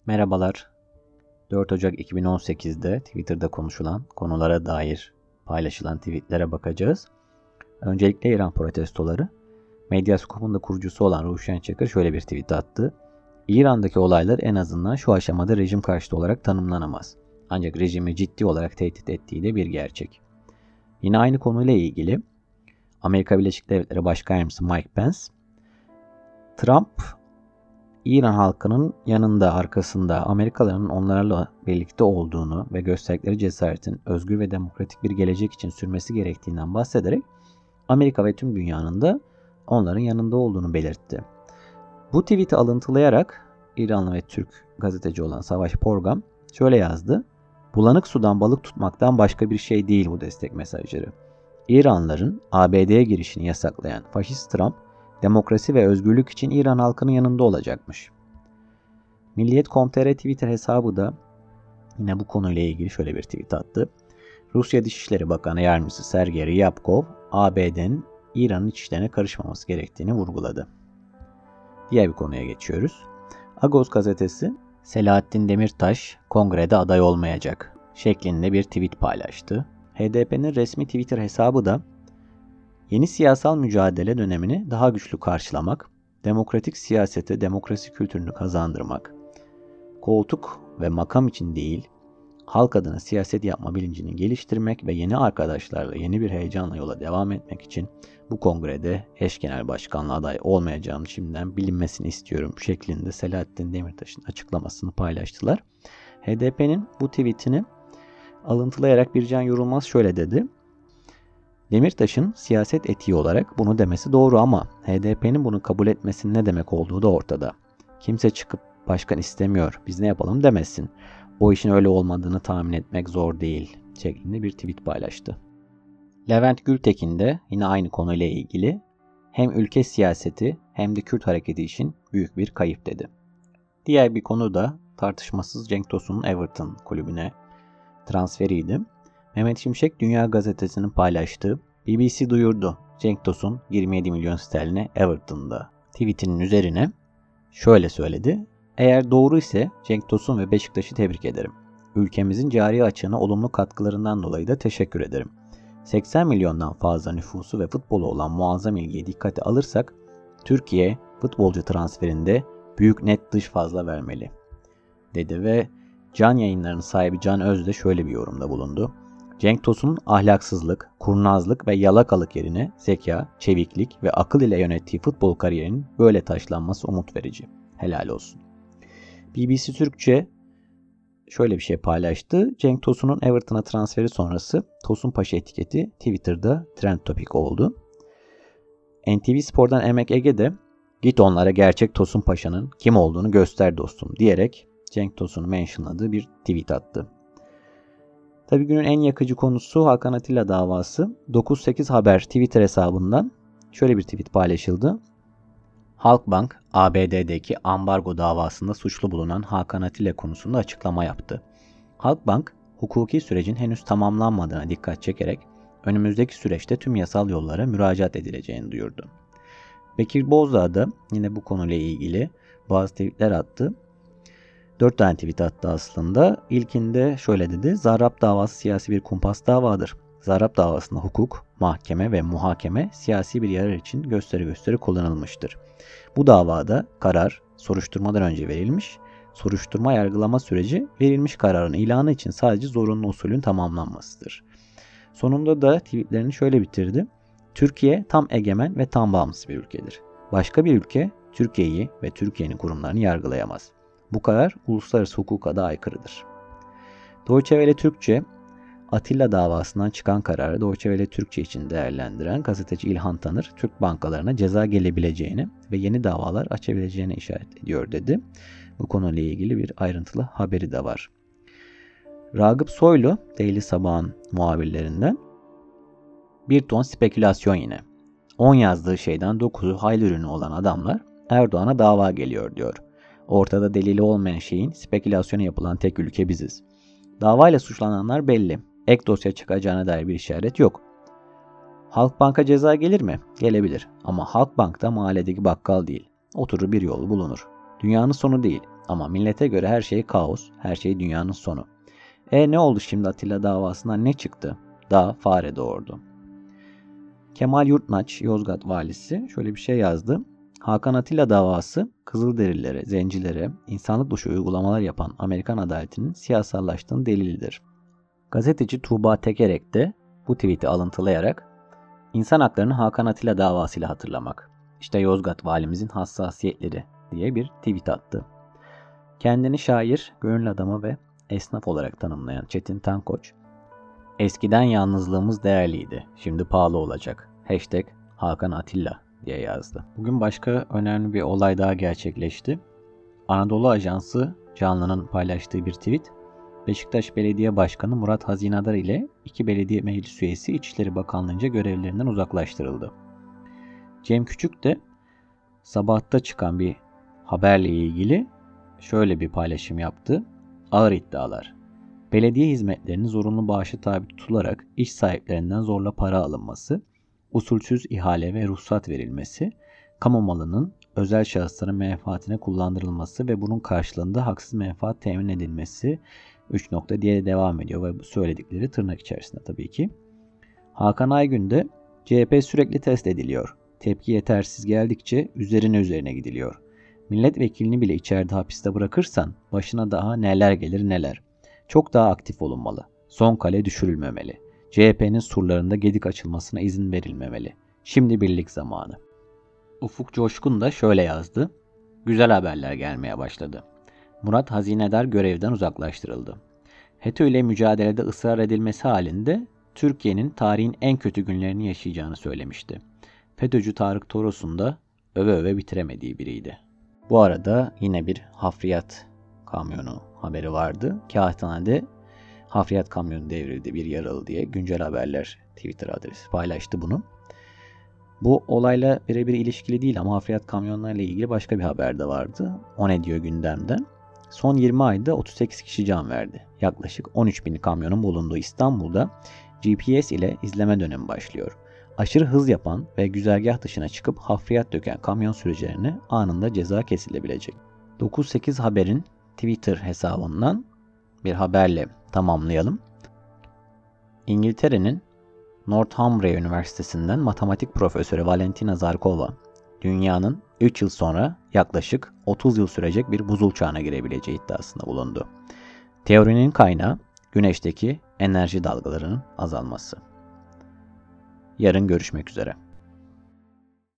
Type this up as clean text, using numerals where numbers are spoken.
Merhabalar. 4 Ocak 2018'de Twitter'da konuşulan konulara dair paylaşılan tweetlere bakacağız. Öncelikle İran protestoları. Medyascope'un da kurucusu olan Ruşen Çakır şöyle bir tweet attı. İran'daki olaylar en azından şu aşamada rejim karşıtı olarak tanımlanamaz. Ancak rejimi ciddi olarak tehdit ettiği de bir gerçek. Yine aynı konuyla ilgili Amerika Birleşik Devletleri Başkan Yardımcısı Mike Pence, Trump İran halkının yanında, arkasında Amerikalıların onlarla birlikte olduğunu ve gösterdikleri cesaretin özgür ve demokratik bir gelecek için sürmesi gerektiğinden bahsederek Amerika ve tüm dünyanın da onların yanında olduğunu belirtti. Bu tweet'i alıntılayarak İranlı ve Türk gazeteci olan Savaş Porgam şöyle yazdı. Bulanık sudan balık tutmaktan başka bir şey değil bu destek mesajları. İranlıların ABD'ye girişini yasaklayan faşist Trump, demokrasi ve özgürlük için İran halkının yanında olacakmış. Milliyet.com.tr Twitter hesabı da yine bu konuyla ilgili şöyle bir tweet attı. Rusya Dışişleri Bakanı Yardımcısı Sergey Ryabkov, ABD'nin İran'ın iç işlerine karışmaması gerektiğini vurguladı. Diğer bir konuya geçiyoruz. Agos gazetesi, Selahattin Demirtaş kongrede aday olmayacak şeklinde bir tweet paylaştı. HDP'nin resmi Twitter hesabı da yeni siyasal mücadele dönemini daha güçlü karşılamak, demokratik siyasete demokrasi kültürünü kazandırmak, koltuk ve makam için değil, halk adına siyaset yapma bilincini geliştirmek ve yeni arkadaşlarla yeni bir heyecanla yola devam etmek için bu kongrede eş genel başkanlığa aday olmayacağım şimdiden bilinmesini istiyorum şeklinde Selahattin Demirtaş'ın açıklamasını paylaştılar. HDP'nin bu tweetini alıntılayarak Bircan Yorulmaz şöyle dedi. Demirtaş'ın siyaset etiği olarak bunu demesi doğru ama HDP'nin bunu kabul etmesinin ne demek olduğu da ortada. Kimse çıkıp başkan istemiyor, biz ne yapalım demesin. O işin öyle olmadığını tahmin etmek zor değil şeklinde bir tweet paylaştı. Levent Gültekin de yine aynı konuyla ilgili hem ülke siyaseti hem de Kürt hareketi için büyük bir kayıp dedi. Diğer bir konu da tartışmasız Cenk Tosun'un Everton kulübüne transferiydi. Mehmet Şimşek Dünya Gazetesi'nin paylaştığı BBC duyurdu. Cenk Tosun 27 milyon sterline Everton'da tweetinin üzerine şöyle söyledi. Eğer doğru ise Cenk Tosun ve Beşiktaş'ı tebrik ederim. Ülkemizin cari açığına olumlu katkılarından dolayı da teşekkür ederim. 80 milyondan fazla nüfusu ve futbolu olan muazzam ilgiye dikkate alırsak Türkiye futbolcu transferinde büyük net dış fazla vermeli dedi ve Can Yayınları'nın sahibi Can Öz de şöyle bir yorumda bulundu. Cenk Tosun'un ahlaksızlık, kurnazlık ve yalakalık yerine zeka, çeviklik ve akıl ile yönettiği futbol kariyerinin böyle taşlanması umut verici. Helal olsun. BBC Türkçe şöyle bir şey paylaştı. Cenk Tosun'un Everton'a transferi sonrası Tosun Paşa etiketi Twitter'da trend topik oldu. NTV Spor'dan Emek Ege de git onlara gerçek Tosun Paşa'nın kim olduğunu göster dostum diyerek Cenk Tosun'u mentionladığı bir tweet attı. Tabii günün en yakıcı konusu Hakan Atilla davası. 98 Haber Twitter hesabından şöyle bir tweet paylaşıldı. Halkbank, ABD'deki ambargo davasında suçlu bulunan Hakan Atilla konusunda açıklama yaptı. Halkbank, hukuki sürecin henüz tamamlanmadığına dikkat çekerek önümüzdeki süreçte tüm yasal yollara müracaat edileceğini duyurdu. Bekir Bozdağ da yine bu konuyla ilgili bazı tweetler attı. 4 tane tweet attı aslında. İlkinde şöyle dedi. Zahrab davası siyasi bir kumpas davadır. Zahrab davasında hukuk, mahkeme ve muhakeme siyasi bir yarar için gösteri kullanılmıştır. Bu davada karar soruşturmadan önce verilmiş, soruşturma yargılama süreci verilmiş kararın ilanı için sadece zorunlu usulün tamamlanmasıdır. Sonunda da tweetlerini şöyle bitirdi. Türkiye tam egemen ve tam bağımsız bir ülkedir. Başka bir ülke Türkiye'yi ve Türkiye'nin kurumlarını yargılayamaz. Bu karar uluslararası hukuka da aykırıdır. Deutsche Welle Türkçe, Atilla davasından çıkan kararı Deutsche Welle Türkçe için değerlendiren gazeteci İlhan Tanır, Türk bankalarına ceza gelebileceğini ve yeni davalar açabileceğine işaret ediyor dedi. Bu konuyla ilgili bir ayrıntılı haberi de var. Ragıp Soylu, Daily Sabah'ın muhabirlerinden bir ton spekülasyon yine. 10 yazdığı şeyden 9'u hayli ürünü olan adamlar Erdoğan'a dava geliyor diyor. Ortada delili olmayan şeyin spekülasyonu yapılan tek ülke biziz. Davayla suçlananlar belli. Ek dosya çıkacağına dair bir işaret yok. Halkbank'a ceza gelir mi? Gelebilir. Ama Halkbank da mahalledeki bakkal değil. Oturur bir yol bulunur. Dünyanın sonu değil. Ama millete göre her şey kaos, her şey dünyanın sonu. Ne oldu şimdi Atilla davasından ne çıktı? Dağ fare doğurdu. Kemal Yurtnaç, Yozgat valisi şöyle bir şey yazdı. Hakan Atilla davası Kızılderililere, zencilere, insanlık dışı uygulamalar yapan Amerikan adaletinin siyasallaştığının delilidir. Gazeteci Tuğba Tekerek de bu tweet'i alıntılayarak insan haklarını Hakan Atilla davasıyla hatırlamak. İşte Yozgat valimizin hassasiyetleri diye bir tweet attı. Kendini şair, gönül adamı ve esnaf olarak tanımlayan Çetin Tankoç, eskiden yalnızlığımız değerliydi, şimdi pahalı olacak. Hakan Atilla diye yazdı. Bugün başka önemli bir olay daha gerçekleşti. Anadolu Ajansı Canlı'nın paylaştığı bir tweet, Beşiktaş Belediye Başkanı Murat Hazinadar ile 2 belediye meclis üyesi İçişleri Bakanlığı'nca görevlerinden uzaklaştırıldı. Cem Küçük de Sabah'ta çıkan bir haberle ilgili şöyle bir paylaşım yaptı. Ağır iddialar. Belediye hizmetlerinin zorunlu bağışa tabi tutularak iş sahiplerinden zorla para alınması, usulsüz ihale ve ruhsat verilmesi, kamu malının özel şahısların menfaatine kullandırılması ve bunun karşılığında haksız menfaat temin edilmesi 3 nokta diye devam ediyor ve bu söyledikleri tırnak içerisinde tabii ki. Hakan Aygün de CHP sürekli test ediliyor. Tepki yetersiz geldikçe üzerine gidiliyor. Milletvekilini bile içeride hapiste bırakırsan başına daha neler gelir neler. Çok daha aktif olunmalı. Son kale düşürülmemeli. CHP'nin surlarında gedik açılmasına izin verilmemeli. Şimdi birlik zamanı. Ufuk Coşkun da şöyle yazdı. Güzel haberler gelmeye başladı. Murat Hazinedar görevden uzaklaştırıldı. FETÖ ile mücadelede ısrar edilmesi halinde Türkiye'nin tarihin en kötü günlerini yaşayacağını söylemişti. FETÖ'cü Tarık Toros'un da öve öve bitiremediği biriydi. Bu arada yine bir hafriyat kamyonu haberi vardı. Kağıthane'de hafriyat kamyonu devrildi, bir yaralı diye Güncel Haberler Twitter adresi paylaştı bunu. Bu olayla birebir ilişkili değil ama hafriyat kamyonlarıyla ilgili başka bir haber de vardı. O ne diyor gündemden? Son 20 ayda 38 kişi can verdi. Yaklaşık 13.000 kamyonun bulunduğu İstanbul'da GPS ile izleme dönemi başlıyor. Aşırı hız yapan ve güzergah dışına çıkıp hafriyat döken kamyon sürücülerine anında ceza kesilebilecek. 9-8 Haber'in Twitter hesabından bir haberle tamamlayalım. İngiltere'nin Northumbria Üniversitesi'nden matematik profesörü Valentina Zarkova, dünyanın 3 yıl sonra yaklaşık 30 yıl sürecek bir buzul çağına girebileceği iddiasında bulundu. Teorinin kaynağı güneşteki enerji dalgalarının azalması. Yarın görüşmek üzere.